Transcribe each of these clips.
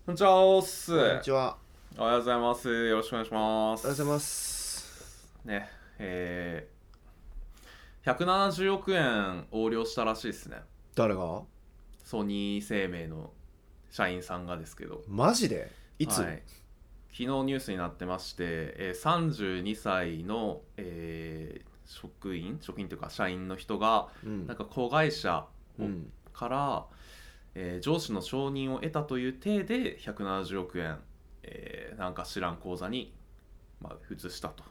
こんにちはおっす。 こんにちは。 おはようございます。よろしくお願いしまおはようございす。 ますね、170億円横領したらしいですね。 誰が？ ソニー生命の社員さんがですけど。 マジで？いつ？ はい。昨日ニュースになってまして、32歳の、職員というか社員の人が、なんか子会社をから、上司の承認を得たという体で170億円、なんか知らん口座に、移したと。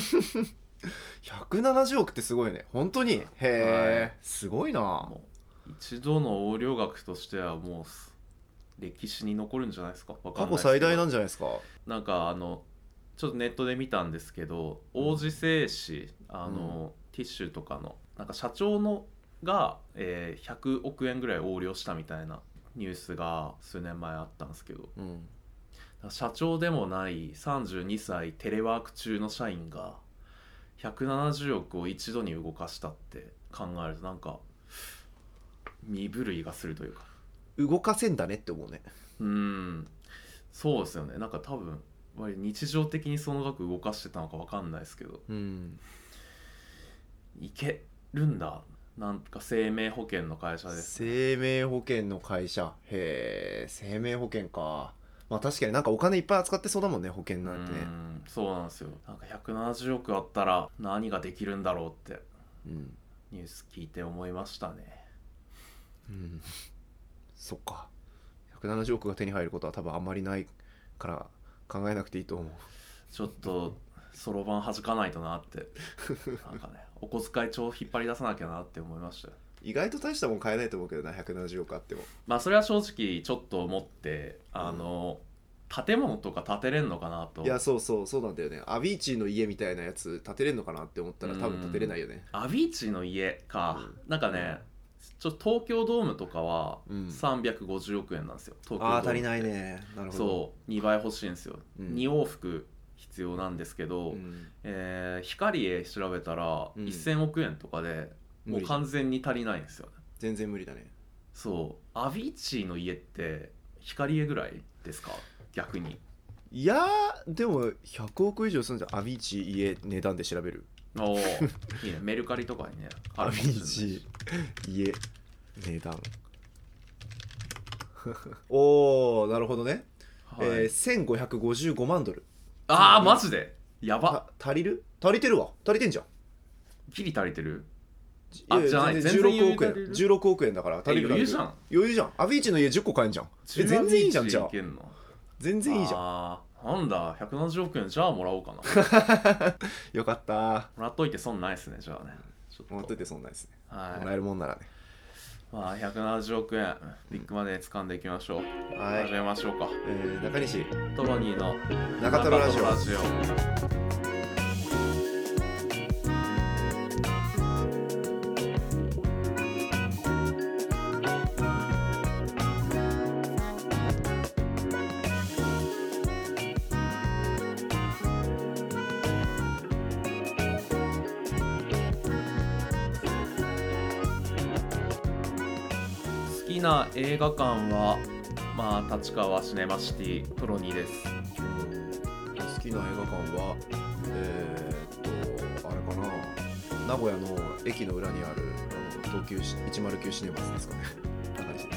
170億ってすごいね、本当に。へえ、すごいな。 もう一度の横領額としてはもう歴史に残るんじゃないですか。わか過去んないですけど、 最大なんじゃないですか。 なんかちょっとネットで見たんですけど、王子製紙ティッシュとかのなんか社長のが、100億円ぐらい横領したみたいなニュースが数年前あったんですけど、社長でもない32歳テレワーク中の社員が170億を一度に動かしたって考えると、なんか身震いがするというか。 動かせんだねって思うね。 そうですよね。なんか多分割と日常的にその額動かしてたのか分かんないですけど、いけるんだ。なんか生命保険の会社です。 生命保険の会社。へえ、生命保険か。まあ確かになんかお金いっぱい扱ってそうだもんね、保険なんてね。 そうなんですよ。なんか170億あったら何ができるんだろうってニュース聞いて思いましたね。 そっか。170億が手に入ることは多分あんまりないから考えなくていいと思う。 ちょっとそろばん弾かないとなってなんかね、お小遣い帳引っ張り出さなきゃなって思いましたよ。 意外と大したもん買えないと思うけどな、170億あっても。 それは正直ちょっと思って、建物とか建てれんのかなと。 いや、そうなんだよね。アビーチの家みたいなやつ建てれんのかなって思ったら多分建てれないよね。 アビーチの家か、なんかね、ちょっと東京ドームとかは350億円なんですよ。東京ドームって足りないね。なるほど。 そう、2倍欲しいんですよ。2往復必要なんですけど、光栄調べたら1000億円とかでもう完全に足りないんですよね。 全然無理だね。 そう、アビーチの家って光栄ぐらいですか、逆に。 いやー、でも100億以上するんじゃん。アビーチ家値段で調べる。 おお、いいね。メルカリとかにね、 アビーチ家値段おー、なるほどね。 はい、 1555万ドル。 マジでやば。 足りる？足りてるわ。足りてんじゃん。 ギリ足りてる。 じゃない、全然16億円。16億円だから足りる。 余裕じゃん。 余裕じゃん。アビーチの家10個買えんじゃん。全然いいじゃん。じゃあ全然いいじゃん。 なんだ、170億円じゃあもらおうかな。 よかった。 もらっといて損ないっすね、じゃあね。 もらっといて損ないっすね。 はい、 もらえるもんならね。 170億円ビッグマネー掴んでいきましょう。始めましょうか。 中西トロニーの中トロラジオ。 好きな映画館は立川シネマシティトロニーです。 好きな映画館はあれかな、名古屋の駅の裏にある東急109シネマズですかね。感じです。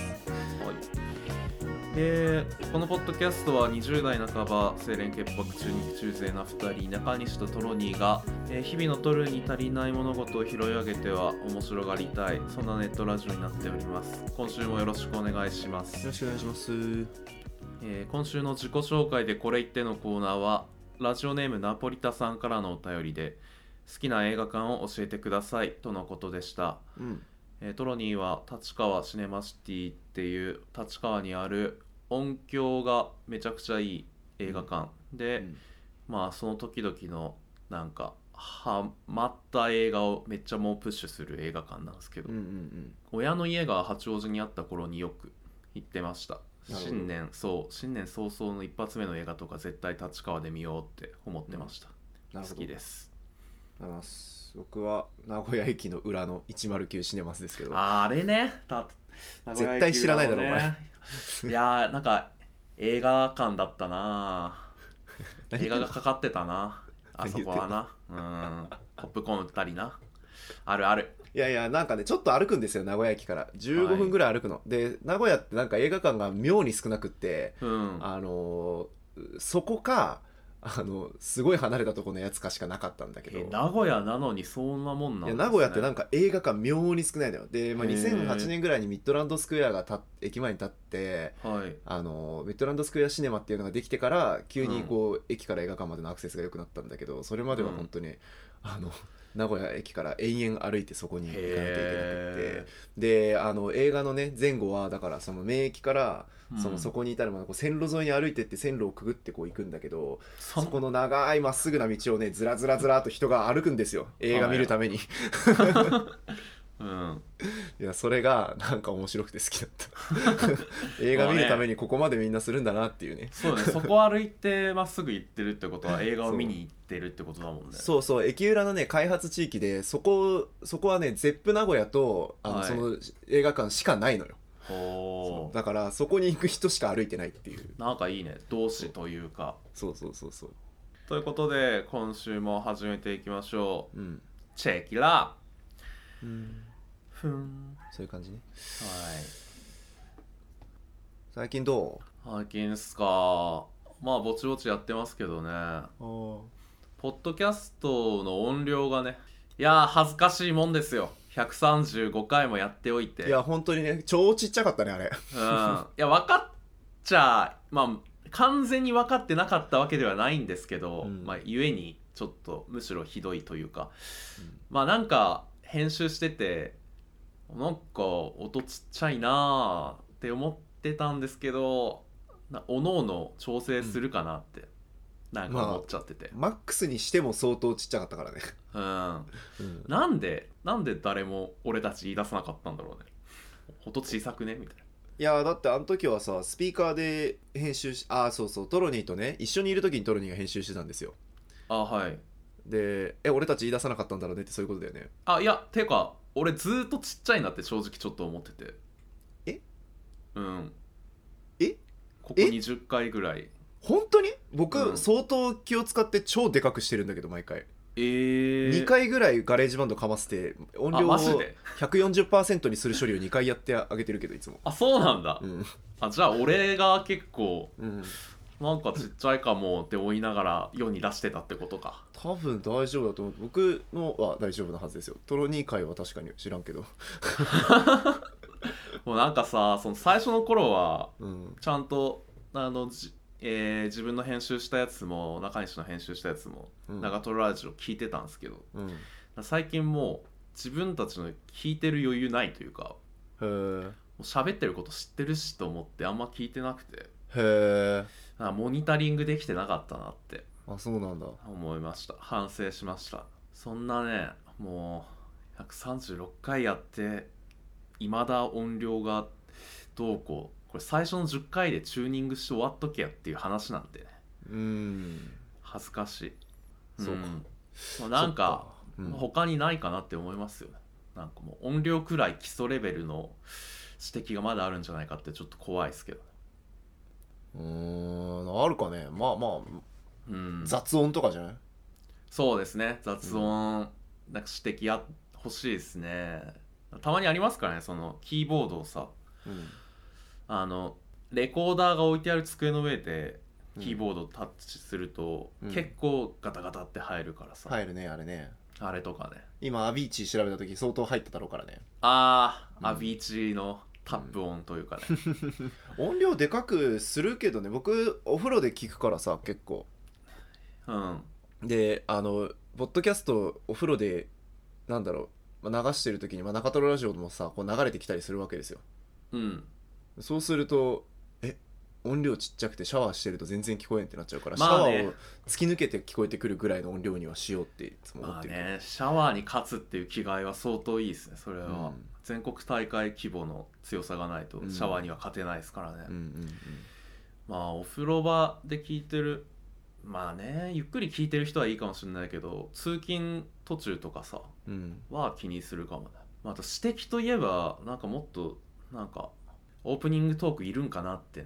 このポッドキャストは20代半ば清廉潔白中肉中背な2人中西とトロニーが、日々のトルに足りない物事を拾い上げては面白がりたい、そんなネットラジオになっております。今週もよろしくお願いします。 よろしくお願いします。 今週の自己紹介でこれ言ってのコーナーはラジオネームナポリタさんからのお便りで、好きな映画館を教えてくださいとのことでした。トロニーは立川シネマシティっていう立川にある音響がめちゃくちゃいい映画館で、その時々のなんかハマった映画をめっちゃもうプッシュする映画館なんですけど、親の家が八王子にあった頃によく行ってました。新年早々の一発目の映画とか絶対立川で見ようって思ってました。好きです。 僕は名古屋駅の裏の109シネマスですけど。 あれね、 絶対知らないだろお前。 いやー、なんか映画館だったな。映画がかかってたな、あそこはな。ポップコーン売ったりな。あるある。 いやいや、なんかね、ちょっと歩くんですよ、名古屋駅から15分ぐらい歩くの、で名古屋ってなんか映画館が妙に少なくって、そこかすごい離れたところのやつかしかなかったんだけど。 名古屋なのにそんなもんなんですね。 いや名古屋ってなんか映画館妙に少ないのよ。で、2008年ぐらいにミッドランドスクエアが駅前に立って、ミッドランドスクエアシネマっていうのができてから急にこう、駅から映画館までのアクセスが良くなったんだけど、それまでは本当に、名古屋駅から延々歩いてそこに行かなきゃいけなくて、で映画のね前後はだからその名駅からそこに至るまでこう線路沿いに歩いてって線路をくぐってこう行くんだけど、そこの長いまっすぐな道をねずらずらずらと人が歩くんですよ、映画見るために。いやそれがなんか面白くて好きだった映画見るためにここまでみんなするんだなっていうね。 そうね、そこ歩いてまっすぐ行ってるってことは映画を見に行ってるってことだもんね。 そうそう、駅裏のね開発地域でそこはねゼップ名古屋とその映画館しかないのよ。だからそこに行く人しか歩いてないっていう。 なんかいいね、同志というか。 そうということで今週も始めていきましょう。チェキラそういう感じね。 はい。 最近どう？最近っすか。まあぼちぼちやってますけどね。ポッドキャストの音量がね、いやー恥ずかしいもんですよ。135回もやっておいて。 いや本当にね超ちっちゃかったねあれ。 いや分かっちゃまあ完全に分かってなかったわけではないんですけど、ゆえにちょっとむしろひどいというか、まあなんか編集しててなんか音ちっちゃいなーって思ってたんですけど、おのおの調整するかなってなんか思っちゃってて、 マックスにしても相当ちっちゃかったからね。 なんで誰も俺たち言い出さなかったんだろうね。音小さくねみたいな。 いやだってあの時はさスピーカーで編集そうトロニーとね一緒にいる時にトロニーが編集してたんですよ。 はい。 で俺たち言い出さなかったんだろうねってそういうことだよね。 いやてか俺ずっとちっちゃいなって正直ちょっと思ってて。ここ20回ぐらい。 本当に僕、相当気を使って超でかくしてるんだけど毎回。2回ぐらいガレージバンドかませて音量を 140% にする処理を2回やってあげてるけどいつも。 そうなんだ。じゃあ俺が結構、なんかちっちゃいかもって思いながら世に出してたってことか。 多分大丈夫だと思う。僕のは大丈夫なはずですよ。トロニー会は確かに知らんけどもうなんかさその最初の頃は、ちゃんと自分の編集したやつも中西の編集したやつも、長瀞ラジオ聞いてたんですけど、最近もう自分たちの聞いてる余裕ないというか、もう喋ってること知ってるしと思ってあんま聞いてなくて、モニタリングできてなかったなってそうなんだ思いました。反省しました。そんなねもう136回やって未だ音量がどうこう、これ最初の10回でチューニングして終わっとけやっていう話なんでね。恥ずかしい。そうか、なんか他にないかなって思いますよね。なんかもう音量くらい基礎レベルの指摘がまだあるんじゃないかってちょっと怖いですけどね。 あるかね。まあ雑音とかじゃない？ そうですね、雑音、なんか指摘欲しいですね。たまにありますからね、そのキーボードをさ、レコーダーが置いてある机の上でキーボードをタッチすると、結構ガタガタって入るからさ。 入るねあれね。 あれとかね。 今アビーチ調べた時相当入ってたろうからね。 アビーチのタップ音というかね、 音量でかくするけどね。僕お風呂で聞くからさ結構。でポッドキャストお風呂でなんだろう、流してる時に、中トロラジオもさこう流れてきたりするわけですよ。そうすると音量ちっちゃくてシャワーしてると全然聞こえんってなっちゃうから、シャワーを突き抜けて聞こえてくるぐらいの音量にはしようっていつも思ってる。 シャワーに勝つっていう気概は相当いいですね。それは、全国大会規模の強さがないとシャワーには勝てないですからね。お風呂場で聞いてる、ゆっくり聞いてる人はいいかもしれないけど、通勤途中とかさ、は気にするかもね。あと指摘といえばなんかもっとなんかオープニングトークいるんかなってね。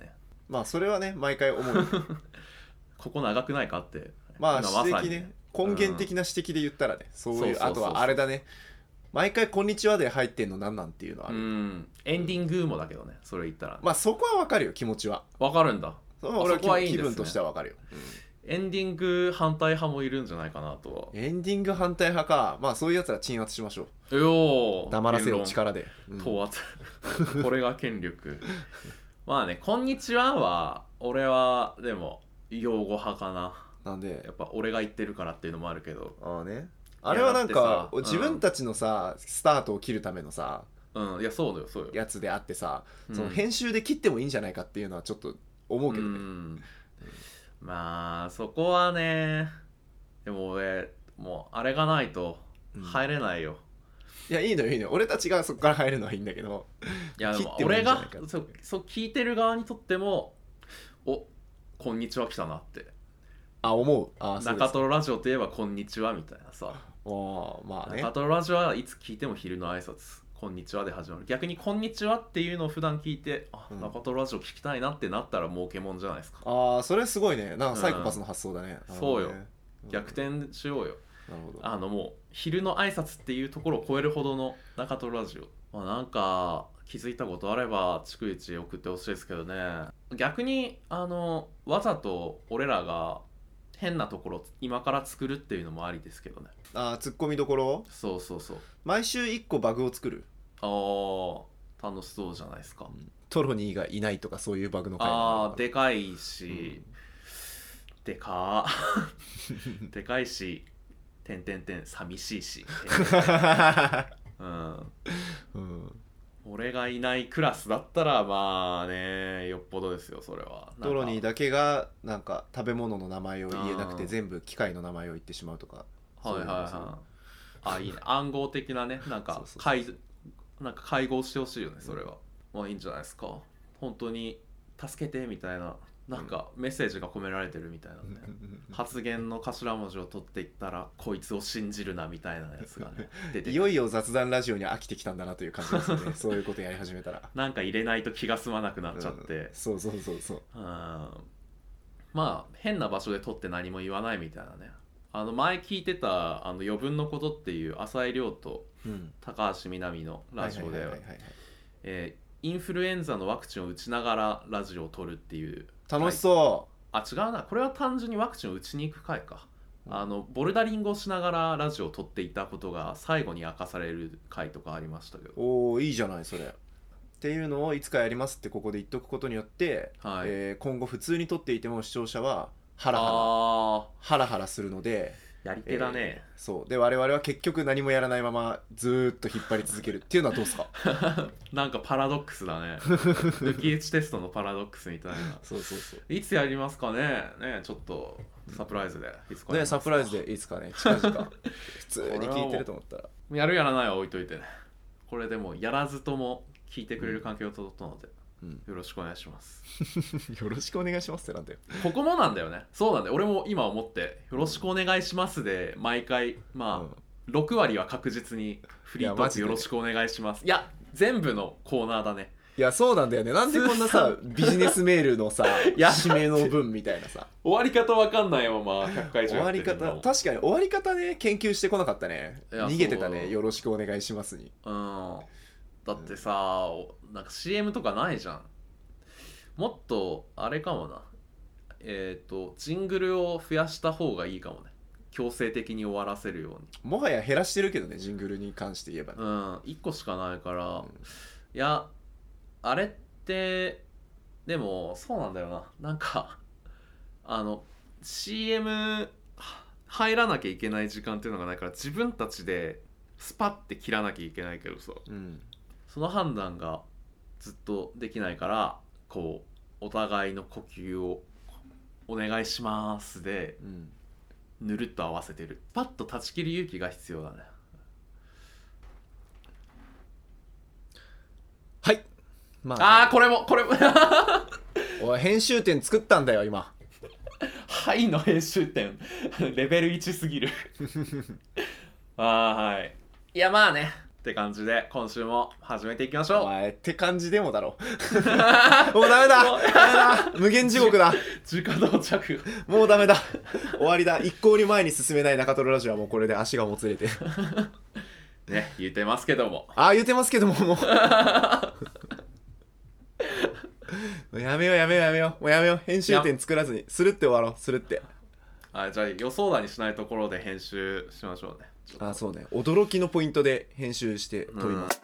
まあそれはね毎回思うここ長くないかって。 まあ指摘ね、根源的な指摘で言ったらね、そういう、あとはあれだね、毎回こんにちはで入ってんのなんなんっていうのはある。 エンディングもだけどね、それ言ったら。 まあそこはわかるよ、気持ちは。 わかるんだ。 俺は気分としてはわかるよ。 エンディング反対派もいるんじゃないかなとは。 エンディング反対派か。まあそういうやつら鎮圧しましょう。黙らせよ力で。 討圧。これが権力。まあね、こんにちはは、俺はでも、用語派かな。 なんでやっぱ俺が言ってるからっていうのもあるけど。 あれはなんか自分たちのさ、スタートを切るためのさ、 いやそうだよそうよやつであってさ、その編集で切ってもいいんじゃないかっていうのはちょっと思うけどね。 まあそこはね、でも俺もうあれがないと入れないよ。 いやいいのよいいのよ、俺たちがそこから入るのはいいんだけど、 いやでも俺がそう聞いてる側にとっても、おこんにちは来たなって思う。 中トロラジオといえばこんにちはみたいなさ。 まあね、 中トロラジオはいつ聞いても昼の挨拶こんにちはで始まる。逆にこんにちはっていうのを普段聞いて、中トロラジオ聞きたいなってなったら儲けもんじゃないですか。 それすごいね、なんかサイコパスの発想だね。 そうよ、逆転しようよ。なるほど。もう昼の挨拶っていうところを超えるほどの中トロラジオ、なんか気づいたことあれば逐一送ってほしいですけどね。逆にわざと俺らが変なところ今から作るっていうのもありですけどね。 ツッコミどころ。 そうそうそう。 毎週1個バグを作る。 楽しそうじゃないですか。 トロニーがいないとかそういうバグの回もでかいし、でかいし、寂しいし、俺がいないクラスだったらまあね、よっぽどですよそれは。 トロニーだけがなんか食べ物の名前を言えなくて全部機械の名前を言ってしまうとか。 いいね、暗号的なね、なんか会合してほしいよねそれは。まあいいんじゃないですか。本当に助けてみたいな、なんかメッセージが込められてるみたいなね、発言の頭文字を取っていったらこいつを信じるなみたいなやつがね出て、 いよいよ雑談ラジオに飽きてきたんだなという感じですねそういうことやり始めたらなんか入れないと気が済まなくなっちゃって、 そう、 まあ変な場所で撮って何も言わないみたいなね。前聞いてた余分のことっていう浅井亮と高橋みなみのラジオでインフルエンザのワクチンを打ちながらラジオを撮るっていう。 楽しそう。 違うな、これは単純にワクチンを打ちに行く回か。ボルダリングをしながらラジオを撮っていたことが最後に明かされる回とかありましたけど。 いいじゃないそれっていうのをいつかやりますってここで言っとくことによって、今後普通に撮っていても視聴者はハラハラするので、 やり手だね。 そうで我々は結局何もやらないままずーっと引っ張り続けるっていうのはどうですかなんかパラドックスだね抜き打ちテストのパラドックスみたいなそういつやりますかね。ちょっとサプライズでいつかね、 サプライズでいつかね、近々普通に聞いてると思ったらやるやらないは置いといてね。これでもやらずとも聞いてくれる環境を整ったので、よろしくお願いしますよろしくお願いしますってなんだよ。 ここもなんだよね。そうなんだよ、俺も今思ってよろしくお願いしますで毎回6割は確実にフリートークよろしくお願いします。いや全部のコーナーだね。 いやそうなんだよね。なんでこんなさビジネスメールのさ締めの文みたいなさ終わり方わかんないまま100回以上やってるの。 終わり方、確かに終わり方ね研究してこなかったね。逃げてたね、よろしくお願いしますに。 だってさ、なんか CM とかないじゃん。もっとあれかもな、ジングルを増やした方がいいかもね。強制的に終わらせるように。 もはや減らしてるけどね、ジングルに関して言えばね。 1個しかないから、いやあれってでもそうなんだよな。なんかCM 入らなきゃいけない時間っていうのがないから自分たちでスパッて切らなきゃいけないけどさ、その判断がずっとできないから、こうお互いの呼吸をお願いしますで、ぬるっと合わせてる。パッと断ち切る勇気が必要だね。 はい。 これもおい編集点作ったんだよ今。 はいの編集点レベル1すぎるはい。いやまあね、 って感じで今週も始めていきましょう。 お前って感じでもだろもうダメだ無限地獄だ直到着もうダメだ終わりだ。一向に前に進めない中トロラジオはもうこれで足がもつれてね言ってますけども言ってますけどももうやめようもうやめよう。編集点作らずにスルって終わろう。スルってじゃあ予想だにしないところで編集しましょうね。 そうね。驚きのポイントで編集して撮ります、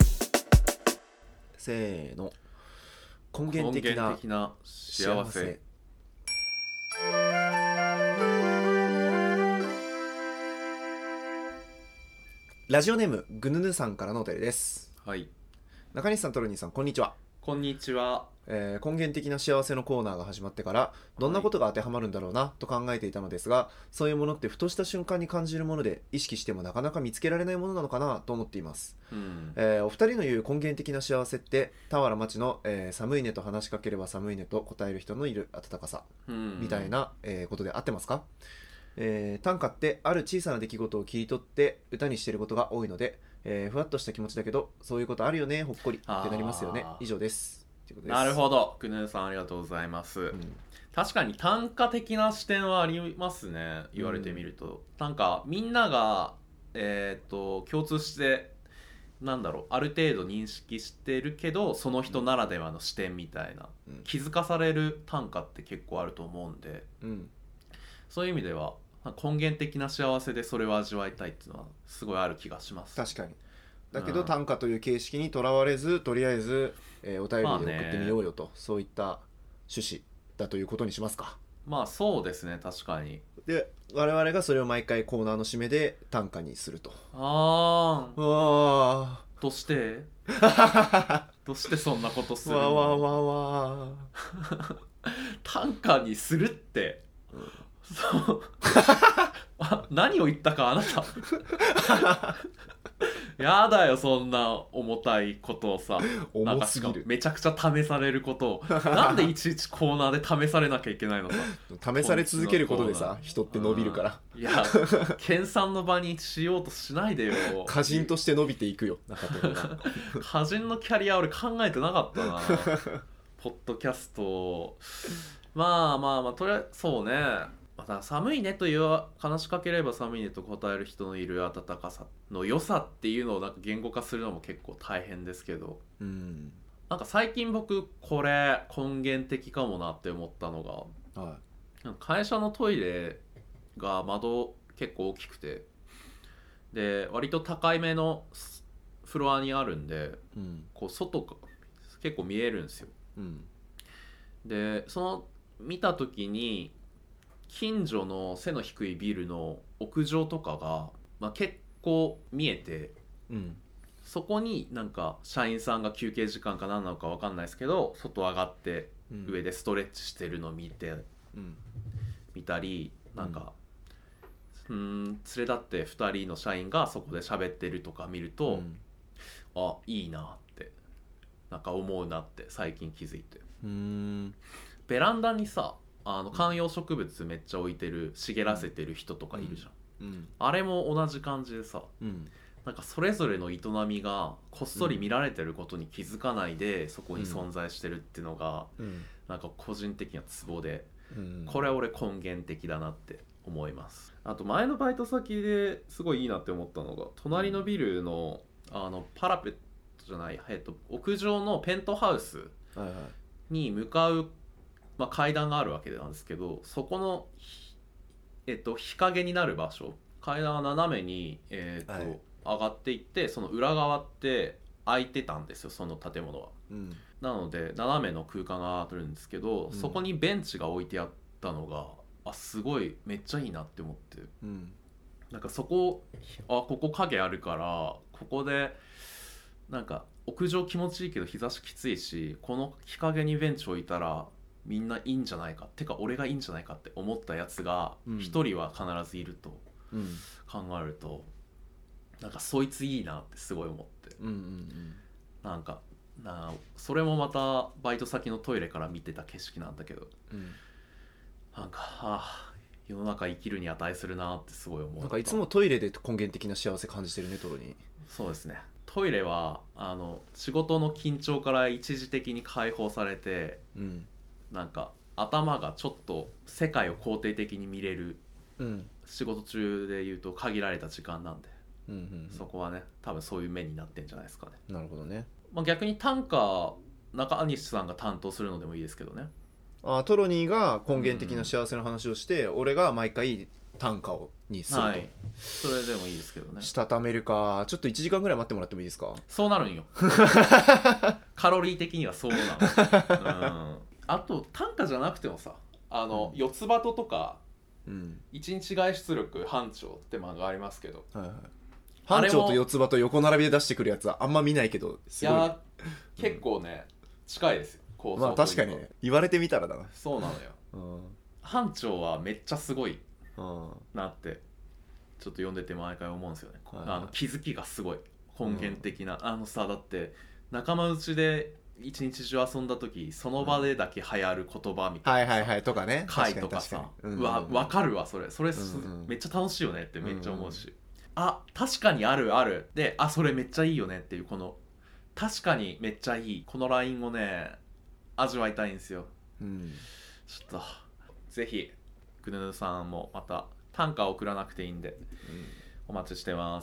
せーの。根源的な幸せ。ラジオネームぐぬぬさんからのお便りです。 はい。 中西さん、トロニーさん、こんにちは。 こんにちは。 根源的な幸せのコーナーが始まってからどんなことが当てはまるんだろうなと考えていたのですが、そういうものってふとした瞬間に感じるもので意識してもなかなか見つけられないものなのかなと思っています、お二人の言う根源的な幸せって田原町の、寒いねと話しかければ寒いねと答える人のいる温かさみたいな、ことで合ってますか？短歌ってある小さな出来事を切り取って歌にしていることが多いので、ふわっとした気持ちだけどそういうことあるよね、ほっこりってなりますよね。以上です。 なるほど、くぬさんありがとうございます、確かに短歌的な視点はありますね。言われてみると、なんかみんなが共通してなんだろう、ある程度認識してるけどその人ならではの視点みたいな、気づかされる短歌って結構あると思うんで、そういう意味では根源的な幸せでそれを味わいたいっていうのはすごいある気がします。 確かに。だけど短歌という形式にとらわれず、とりあえず、お便りで送ってみようよと、そういった趣旨だということにしますか。 そうですね、確かに。 で我々がそれを毎回コーナーの締めで短歌にすると。 どうしてどうしてそんなことするの？ 短歌にするって、そう何を言ったかあなたやだよ、そんな重たいことをさ、 重すぎる。 めちゃくちゃ試されることをなんでいちいちコーナーで試されなきゃいけないのさ試され続けることでさ、人って伸びるから。 いや研鑽の場にしようとしないでよ。 歌人として伸びていくよ、中田が歌人のキャリア俺考えてなかったなポッドキャストとりあえずそうね、寒いねという話しかければ寒いねと答える人のいる温かさの良さっていうのをなんか言語化するのも結構大変ですけど、なんか最近僕これ根源的かもなって思ったのが、会社のトイレが窓結構大きくて、で割と高いめのフロアにあるんで、こう外が結構見えるんですよ、でその見た時に近所の背の低いビルの屋上とかが、結構見えて、そこになんか社員さんが休憩時間か何なのか分かんないですけど外上がって上でストレッチしてるのを見たり、なんか連れ立って2人の社員がそこで喋ってるとか見ると、いいなってなんか思うなって最近気づいて、ベランダにさ観葉植物めっちゃ置いてる茂らせてる人とかいるじゃん、あれも同じ感じでさ、なんかそれぞれの営みがこっそり見られてることに気づかないでそこに存在してるっていうのが、なんか個人的なツボで、これは俺根源的だなって思います。あと前のバイト先ですごいいいなって思ったのが、隣のビルのパラペットじゃない、屋上のペントハウスに向かう、階段があるわけなんですけど、そこの、日陰になる場所、階段が斜めに、上がっていって、その裏側って空いてたんですよ、その建物は、なので斜めの空間があるんですけど、そこにベンチが置いてあったのがすごいめっちゃいいなって思って、なんかそこここ影あるからここでなんか屋上気持ちいいけど日差しきついし、この日陰にベンチ置いたらみんないいんじゃないか、てか俺がいいんじゃないかって思ったやつが一人は必ずいると考えると、なんかそいついいなってすごい思って、なんかそれもまたバイト先のトイレから見てた景色なんだけど、なんか世の中生きるに値するなってすごい思う。 なんかいつもトイレで根源的な幸せ感じてるね、トロに。 そうですね、 トイレは仕事の緊張から一時的に解放されて、なんか頭がちょっと世界を肯定的に見れる、仕事中でいうと限られた時間なんで、そこはね多分そういう目になってんじゃないですかね。 なるほどね。 逆に短歌中西さんが担当するのでもいいですけどね。 トロニーが根源的な幸せの話をして、俺が毎回短歌にすると、 それでもいいですけどね。 したためるか。ちょっと1時間ぐらい待ってもらってもいいですか。 そうなるんよカロリー的にはそうなの、あと短歌じゃなくてもさ四つ葉とか、一日外出力班長って漫画ありますけど、 班長と四つ葉と横並びで出してくるやつはあんま見ないけどすごい。 いや結構ね、近いですよ構想。確かにね、言われてみたらだな。 そうなのよ、班長はめっちゃすごいなってちょっと読んでて毎回思うんですよね、気づきがすごい根源的な、さだって仲間内で一日中遊んだ時その場でだけ流行る言葉みたいなとかね、 回とかさ、わかるわそれ、めっちゃ楽しいよねってめっちゃ思うし、確かにあるあるで、それめっちゃいいよねっていう、この確かにめっちゃいいこのラインをね味わいたいんですよ。ちょっとぜひグヌヌさんもまた短歌を送らなくていいんで、お待ちしてます。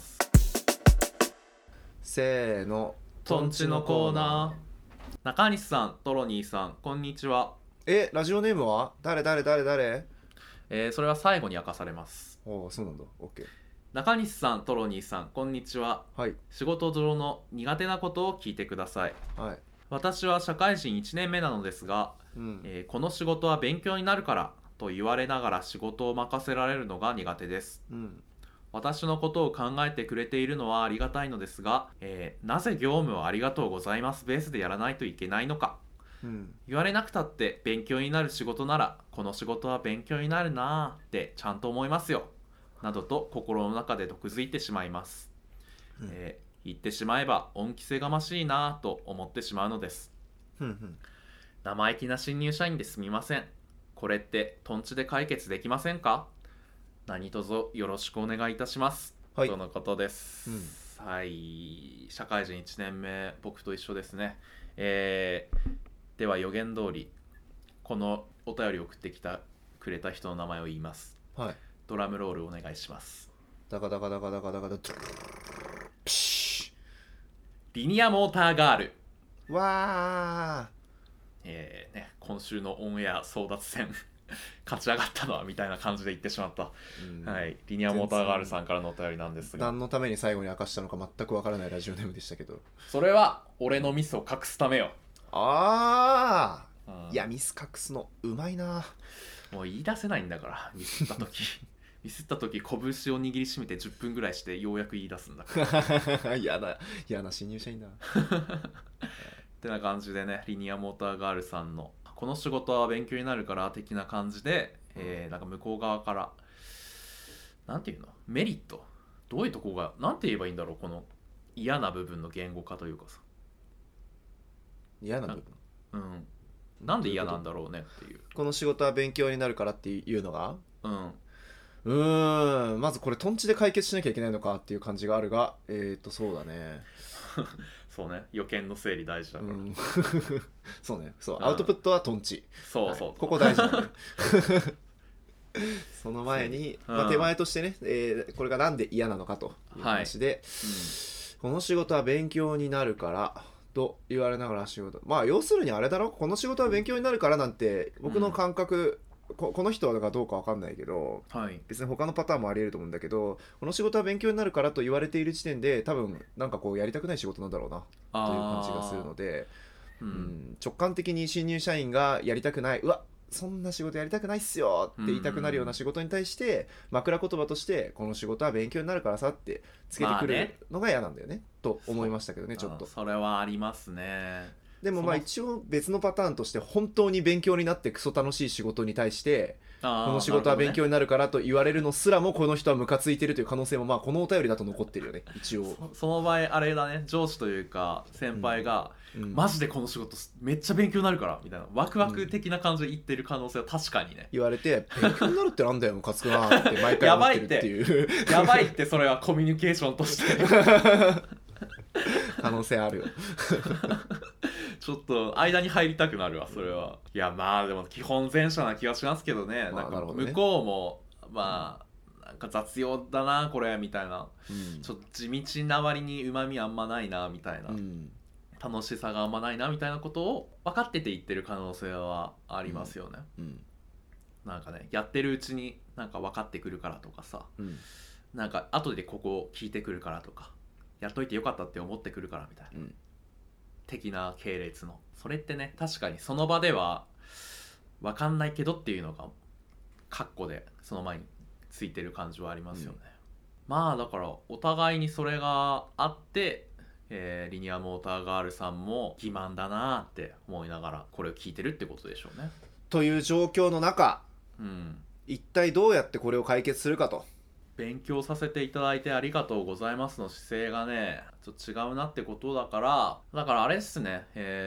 せーの、 トンチのコーナー。中西さん、トロニーさん、こんにちは。 ラジオネームは誰？ それは最後に明かされます。 そうなんだ。オッケー。 中西さん、トロニーさん、こんにちは。仕事上の苦手なことを聞いてください。私は社会人1年目なのですが、この仕事は勉強になるからと言われながら仕事を任せられるのが苦手です。私のことを考えてくれているのはありがたいのですが、なぜ業務をありがとうございますベースでやらないといけないのか。言われなくたって勉強になる仕事ならこの仕事は勉強になるなーってちゃんと思いますよなどと心の中で毒づいてしまいます。言ってしまえば恩着せがましいなと思ってしまうのです。生意気な新入社員ですみません。これってトンチで解決できませんか？何卒よろしくお願いいたします。とのことです。社会人1年目、僕と一緒ですね。では予言通りこのお便りを送ってくれた人の名前を言います。ドラムロールお願いします。 ダカダカダカダカダカダリニアモーターガール。 わー、今週のオンエア争奪戦勝ち上がったのはみたいな感じで言ってしまった、リニアモーターガールさんからのお便りなんですが、 何のために最後に明かしたのか全くわからないラジオネームでしたけど、 それは俺のミスを隠すためよ。 いやミス隠すのうまいな。 もう言い出せないんだからミスった時ミスった時拳を握りしめて10分ぐらいしてようやく言い出すんだから嫌な新入社員だってな感じでね、リニアモーターガールさんのこの仕事は勉強になるから的な感じで、なんか向こう側からなんていうの、メリット、どういうとこがなんて言えばいいんだろう、この嫌な部分の言語化というかさ、 嫌な部分、なんで嫌なんだろうねっていう。 この仕事は勉強になるからっていうのが、まずこれトンチで解決しなきゃいけないのかっていう感じがあるが、そうだねそうね、予見の整理大事だから、 そうね、そう、アウトプットはトンチ、 そう、 ここ大事だねその前に、手前としてね、これがなんで嫌なのかという話で、この仕事は勉強になるからと言われながら仕事、要するにあれだろ、この仕事は勉強になるからなんて僕の感覚、この人がどうか分かんないけど、別に他のパターンもあり得ると思うんだけど、この仕事は勉強になるからと言われている時点で多分なんかこうやりたくない仕事なんだろうなという感じがするので、直感的に新入社員がやりたくない、そんな仕事やりたくないっすよって言いたくなるような仕事に対して枕言葉としてこの仕事は勉強になるからさってつけてくるのが嫌なんだよね、と思いましたけどね。ちょっとそれはありますね。 でも一応別のパターンとして本当に勉強になってクソ楽しい仕事に対してこの仕事は勉強になるからと言われるのすらもこの人はムカついてるという可能性もこのお便りだと残ってるよね一応。 その場合あれだね、上司というか先輩が、マジでこの仕事めっちゃ勉強になるからみたいなワクワク的な感じで言ってる可能性は確かにね、 言われて勉強になるってなんだよムカつくなって毎回思ってるっていうやばいってそれはコミュニケーションとして可能性あるよちょっと間に入りたくなるわそれは。いやまあでも基本前者な気がしますけどね。なんか向こうもまあなんか雑用だなこれみたいな、ちょっと地道な割にうまみあんまないなみたいな、楽しさがあんまないなみたいなことを分かってて言ってる可能性はありますよね。なんかねやってるうちになんか分かってくるからとかさ、なんか後でここ聞いてくるからとかやっといてよかったって思ってくるからみたいな、的な系列のそれってね確かにその場では分かんないけどっていうのがカッコでその前についてる感じはありますよね。まあだからお互いにそれがあって、リニアモーターガールさんも欺瞞だなって思いながらこれを聞いてるってことでしょうね。という状況の中、一体どうやってこれを解決するかと。 勉強させていただいてありがとうございますの姿勢がねちょっと違うなってことだからあれっすね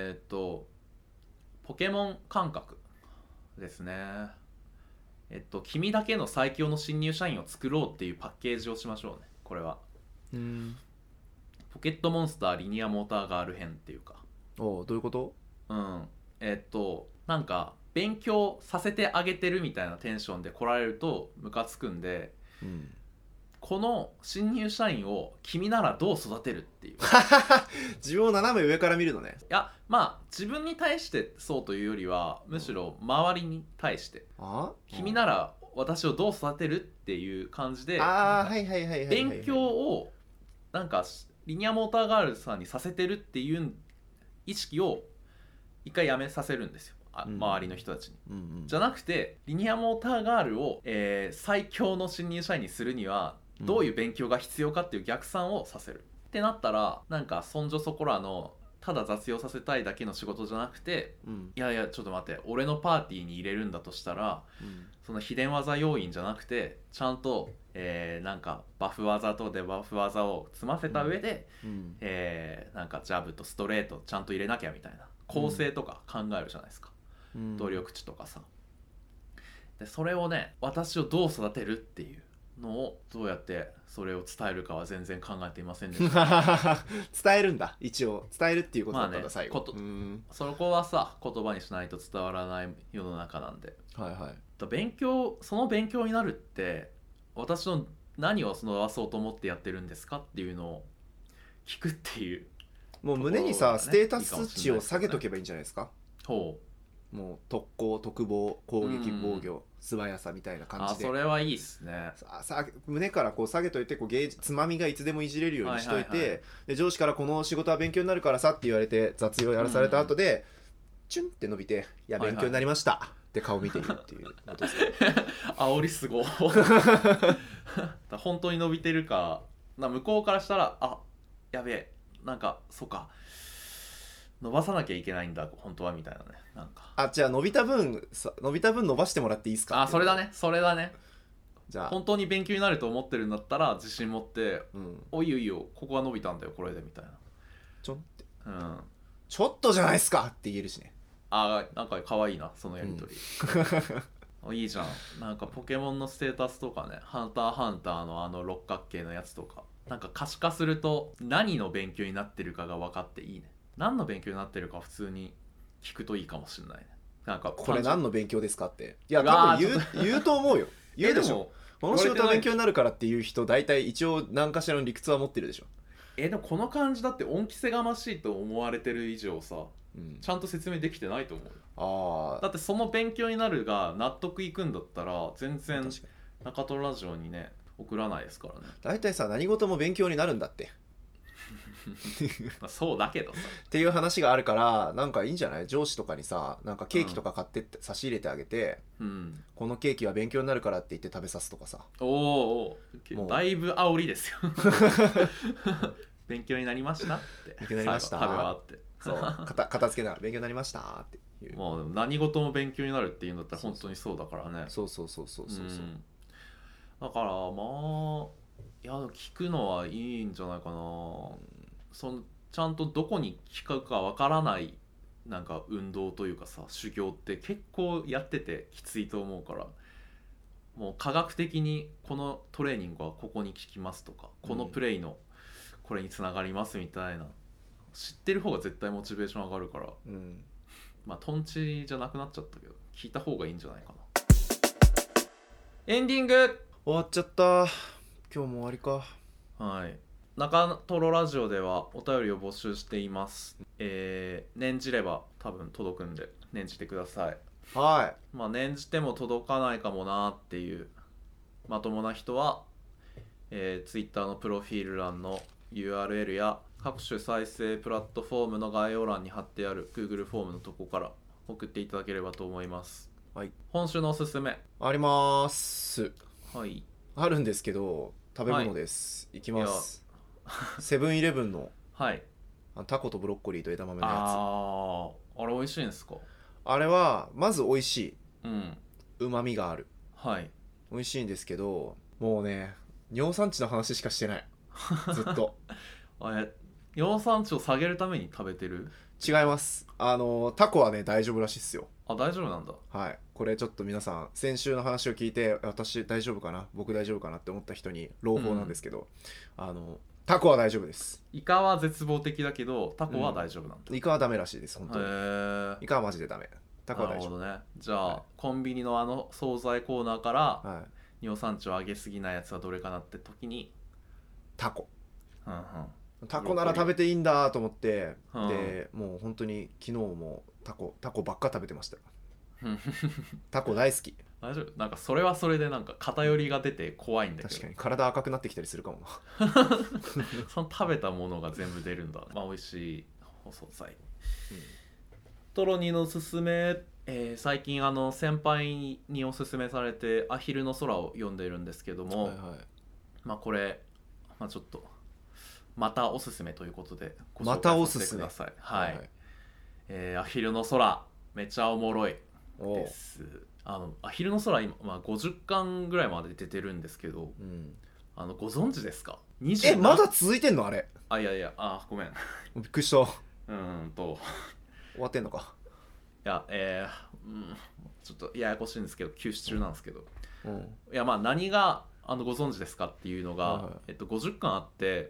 ポケモン感覚ですね。君だけの最強の新入社員を作ろうっていうパッケージをしましょうねこれは。ポケットモンスターリニアモーターガール編っていうか。 どういうこと？ なんか勉強させてあげてるみたいなテンションで来られるとムカつくんで、この新入社員を君ならどう育てるっていう自分を斜め上から見るのね。 いやまあ自分に対してそうというよりはむしろ周りに対して君なら私をどう育てるっていう感じで勉強をなんかリニアモーターガールさんにさせてるっていう意識を一回やめさせるんですよ周りの人たちに、じゃなくてリニアモーターガールを、最強の新入社員にするにはどういう勉強が必要かっていう逆算をさせるってなったらなんかそんじょそこらのただ雑用させたいだけの仕事じゃなくて、いやいやちょっと待って俺のパーティーに入れるんだとしたら、その秘伝技要員じゃなくてちゃんと、なんかバフ技とデバフ技を積ませた上で、なんかジャブとストレートちゃんと入れなきゃみたいな構成とか考えるじゃないですか、努力値とかさ。でそれをね私をどう育てるっていうのをどうやってそれを伝えるかは全然考えていませんでした伝えるんだ一応伝えるっていうことだったんだ、最後そこはさ言葉にしないと伝わらない世の中なんで、その勉強になるって私の何を伸ばそうと思ってやってるんですかっていうのを聞くっていう、 もう胸にさステータス値を下げとけばいいんじゃないですか。もう特攻特防攻撃防御素早さみたいな感じで、 それはいいっすね。 胸からこう下げといてこうつまみがいつでもいじれるようにしといて、で上司からこの仕事は勉強になるからさって言われて雑用やらされた後で、チュンって伸びていや勉強になりました、って顔見ているっていうことですね煽りすご本当に伸びてるか向こうからしたらやべえなんかそうか伸ばさなきゃいけないんだ本当はみたいなね。なんかじゃあ伸びた分伸ばしてもらっていいですか。 それだねじゃあ本当に勉強になると思ってるんだったら自信持って、おいいよここは伸びたんだよこれでみたいなちょって、ちょっとじゃないですかって言えるしね。 なんか可愛いなそのやりとり、いいじゃん。なんかポケモンのステータスとかねハンターハンターの六角形のやつとかなんか可視化すると何の勉強になってるかが分かっていいね。何の勉強になってるか普通に聞くといいかもしれないね。なんかこれ何の勉強ですかって。いや多分言うと思うよ。言うでしょ。この仕事は勉強になるからっていう人大体一応何かしらの理屈は持ってるでしょ。 でもこの感じだって恩着せがましいと思われてる以上さ、ちゃんと説明できてないと思うよ。だってその勉強になるが納得いくんだったら全然中トロラジオにね送らないですからね。 大体さ何事も勉強になるんだってそうだけどさっていう話があるからなんかいいんじゃない。上司とかにさなんかケーキとか買ってって差し入れてあげて、このケーキは勉強になるからって言って食べさすとかさ。 だいぶ煽りですよ勉強になりましたって勉強になりました食べ終わってそう片付けながら勉強になりましたっていう。 もう何事も勉強になるっていうんだったら本当にそうだからね。 そうだからいや聞くのはいいんじゃないかな。ちゃんとどこに効くかわからないなんか運動というかさ修行って結構やっててきついと思うから、もう科学的にこのトレーニングはここに効きますとか、このプレイのこれにつながりますみたいな知ってる方が絶対モチベーション上がるから、 うん、 まあトンチじゃなくなっちゃったけど聞いた方がいいんじゃないかな。エンディング終わっちゃった。今日も終わりか。 はい。中トロラジオではお便りを募集しています。念じれば多分届くんで念じてください。 はい。 まあ念じても届かないかもなっていうまともな人は、Twitter のプロフィール欄の URL や各種再生プラットフォームの概要欄に貼ってある Google フォームのとこから送っていただければと思います。 はい。 今週のおすすめあります。 はい。 あるんですけど食べ物です。いきます。セブンイレブンのはいタコとブロッコリーと枝豆のやつ。あれ美味しいんですか？ あれはまず美味しい。 うん。 旨味がある。 はい。 美味しいんですけど、もうね尿酸値の話しかしてない。ずっと尿酸値を下げるために食べてる？ 違います。タコはね大丈夫らしいっすよ。 あ、大丈夫なんだ。 はい。これちょっと皆さん先週の話を聞いて私大丈夫かな、僕大丈夫かなって思った人に朗報なんですけど、タコは大丈夫です。 イカは絶望的だけどタコは大丈夫なんだ。 イカはダメらしいです本当に。イカはマジでダメ。タコは大丈夫。 なるほどね。じゃあ、コンビニの惣菜コーナーから、尿酸値を上げすぎないやつはどれかなって時にタコ。 うんうん、 タコなら食べていいんだと思って、でもう本当に昨日もタコばっか食べてました。タコ大好き。 大丈夫？なんかそれはそれでなんか偏りが出て怖いんだけど。 確かに体赤くなってきたりするかもな。 その食べたものが全部出るんだ。まあ美味しいお惣菜。トロニーのおすすめ、最近先輩におすすめされてアヒルの空を読んでるんですけども、まあこれ、まあ、ちょっとまたおすすめということでご紹介させてください。はい、アヒルの空めちゃおもろいです。アヒルの空今、まあ、50巻ぐらいまで出てるんですけど、ご存知ですか？20 まだ続いてんのあれ？ いやごめんびっくりした。 終わってんのか。 いやちょっとややこしいんですけど休止中なんですけど、いやまあ何がご存知ですかっていうのが、50巻あって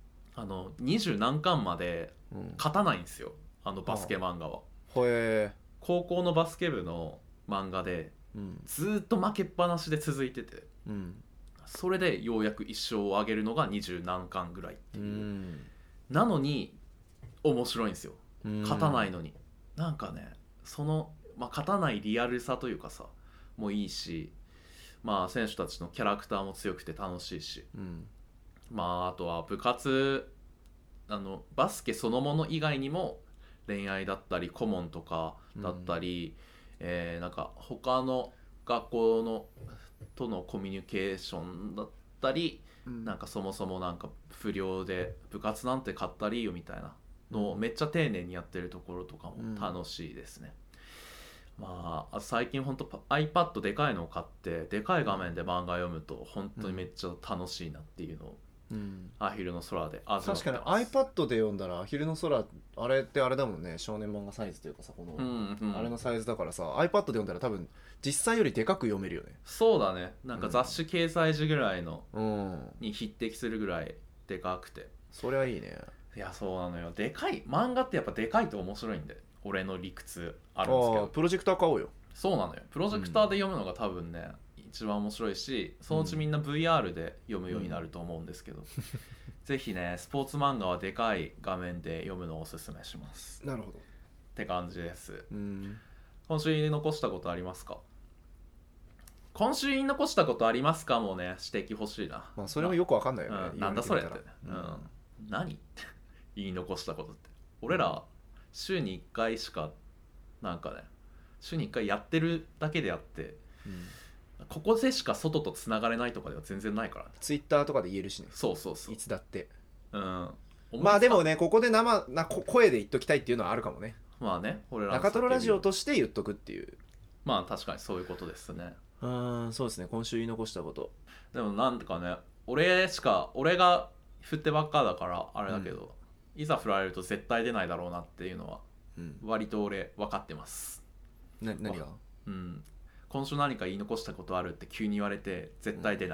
20何巻まで勝たないんですよ、バスケ漫画は。高校のバスケ部の漫画で、ずっと負けっぱなしで続いてて、それでようやく一勝を上げるのが20何巻ぐらいっていう、なのに面白いんですよ、勝たないのに。なんかねその、勝たないリアルさというかさもいいし、選手たちのキャラクターも強くて楽しいし、あとは部活バスケそのもの以外にも恋愛だったり顧問とかだったり、なんか他の学校のとのコミュニケーションだったり、なんかそもそもなんか不良で部活なんて勝ったりいいよみたいなのをめっちゃ丁寧にやってるところとかも楽しいですね。最近ほんと iPad でかいのを買ってでかい画面で漫画読むと本当にめっちゃ楽しいなっていうのを、アヒルの空で味わってます。 確かに iPad で読んだらアヒルの空あれってあれだもんね、少年漫画サイズというかさ、この、あれのサイズだからさ iPad で読んだら多分実際よりでかく読めるよね。 そうだね、なんか雑誌掲載時ぐらいの、に匹敵するぐらいでかくて、 そりゃいいね。 いやそうなのよ、でかい漫画ってやっぱでかいと面白いんで、俺の理屈あるんですけど。 プロジェクター買おうよ。 そうなのよ、プロジェクターで読むのが多分ね、一番面白いし、そのうちみんな VR で読むようになると思うんですけど、ぜひねスポーツ漫画はでかい画面で読むのをおすすめします。 なるほどって感じです。今週言い残したことありますか？今週言い残したことありますかもね指摘欲しいな。 それもよくわかんないよね、 なんだそれって、何言い残したことって。俺ら週に1回しかなんかね週に1回やってるだけであって、ここでしか外とつながれないとかでは全然ないからね。 ツイッターとかで言えるしね。 そういつだって。 でもねここで生な声で言っときたいっていうのはあるかもね。 俺ら中トロラジオとして言っとくっていう。 確かにそういうことですね。 そうですね、今週言い残したこと。 でもなんかね俺が振ってばっかだからあれだけど、いざ振られると絶対出ないだろうなっていうのは、割と俺分かってます。 何が？ 今週何か言い残したことあるって急に言われて絶対出ない。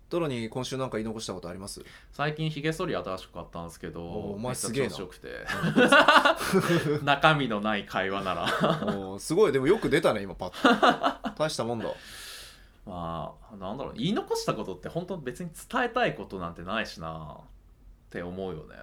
トロに今週なんか言い残したことあります？ 最近ヒゲ剃り新しく買ったんんですけど、 お前すげえな。 めっちゃ調子よくて中身のない会話ならすごい。でもよく出たね今パッと大したもんだ。 まあなんだろう、言い残したことって本当別に伝えたいことなんてないしなって思うよね。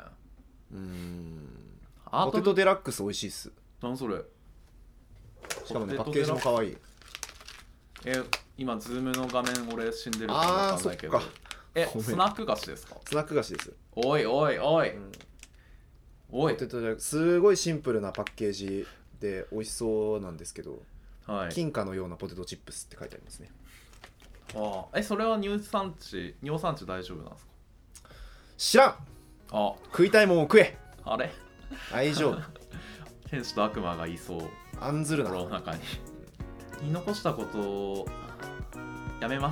ポテトデラックス美味しいっす。 何それ。 しかもねパッケージも可愛い。 今ズームの画面俺死んでるから分かんないけど。スナック菓子ですか？ スナック菓子です。 おいおいおい、おい。 ポテトデラックスすごいシンプルなパッケージで美味しそうなんですけど、はい、金貨のようなポテトチップスって書いてありますね。 それは尿酸値大丈夫なんですか？ 知らん。食いたいもんを食え。 あれ大丈夫。 天使と悪魔がいそう。 案ずるな。 心の中に言い残したことをやめます。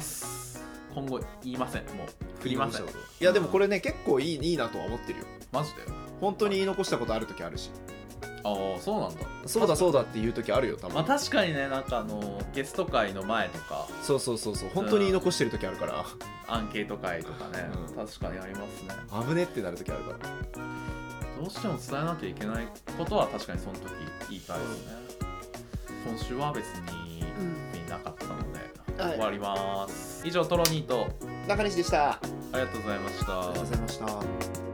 今後言いません。もう振りません。いやでもこれね結構いいなとは思ってるよ。 マジで本当に言い残したことある時あるし。 そうなんだ。 そうだっていう時あるよ多分。 確かにね、なんかゲスト会の前とかそう本当に言い残してる時あるから、 アンケート会とかね、確かにありますね。 危ねってなる時あるから、 どうしても伝えなきゃいけないことは確かにその時言いたいですね。今週は別になかったので、終わります。以上トロニーと中西でした。 ありがとうございました。 ありがとうございました。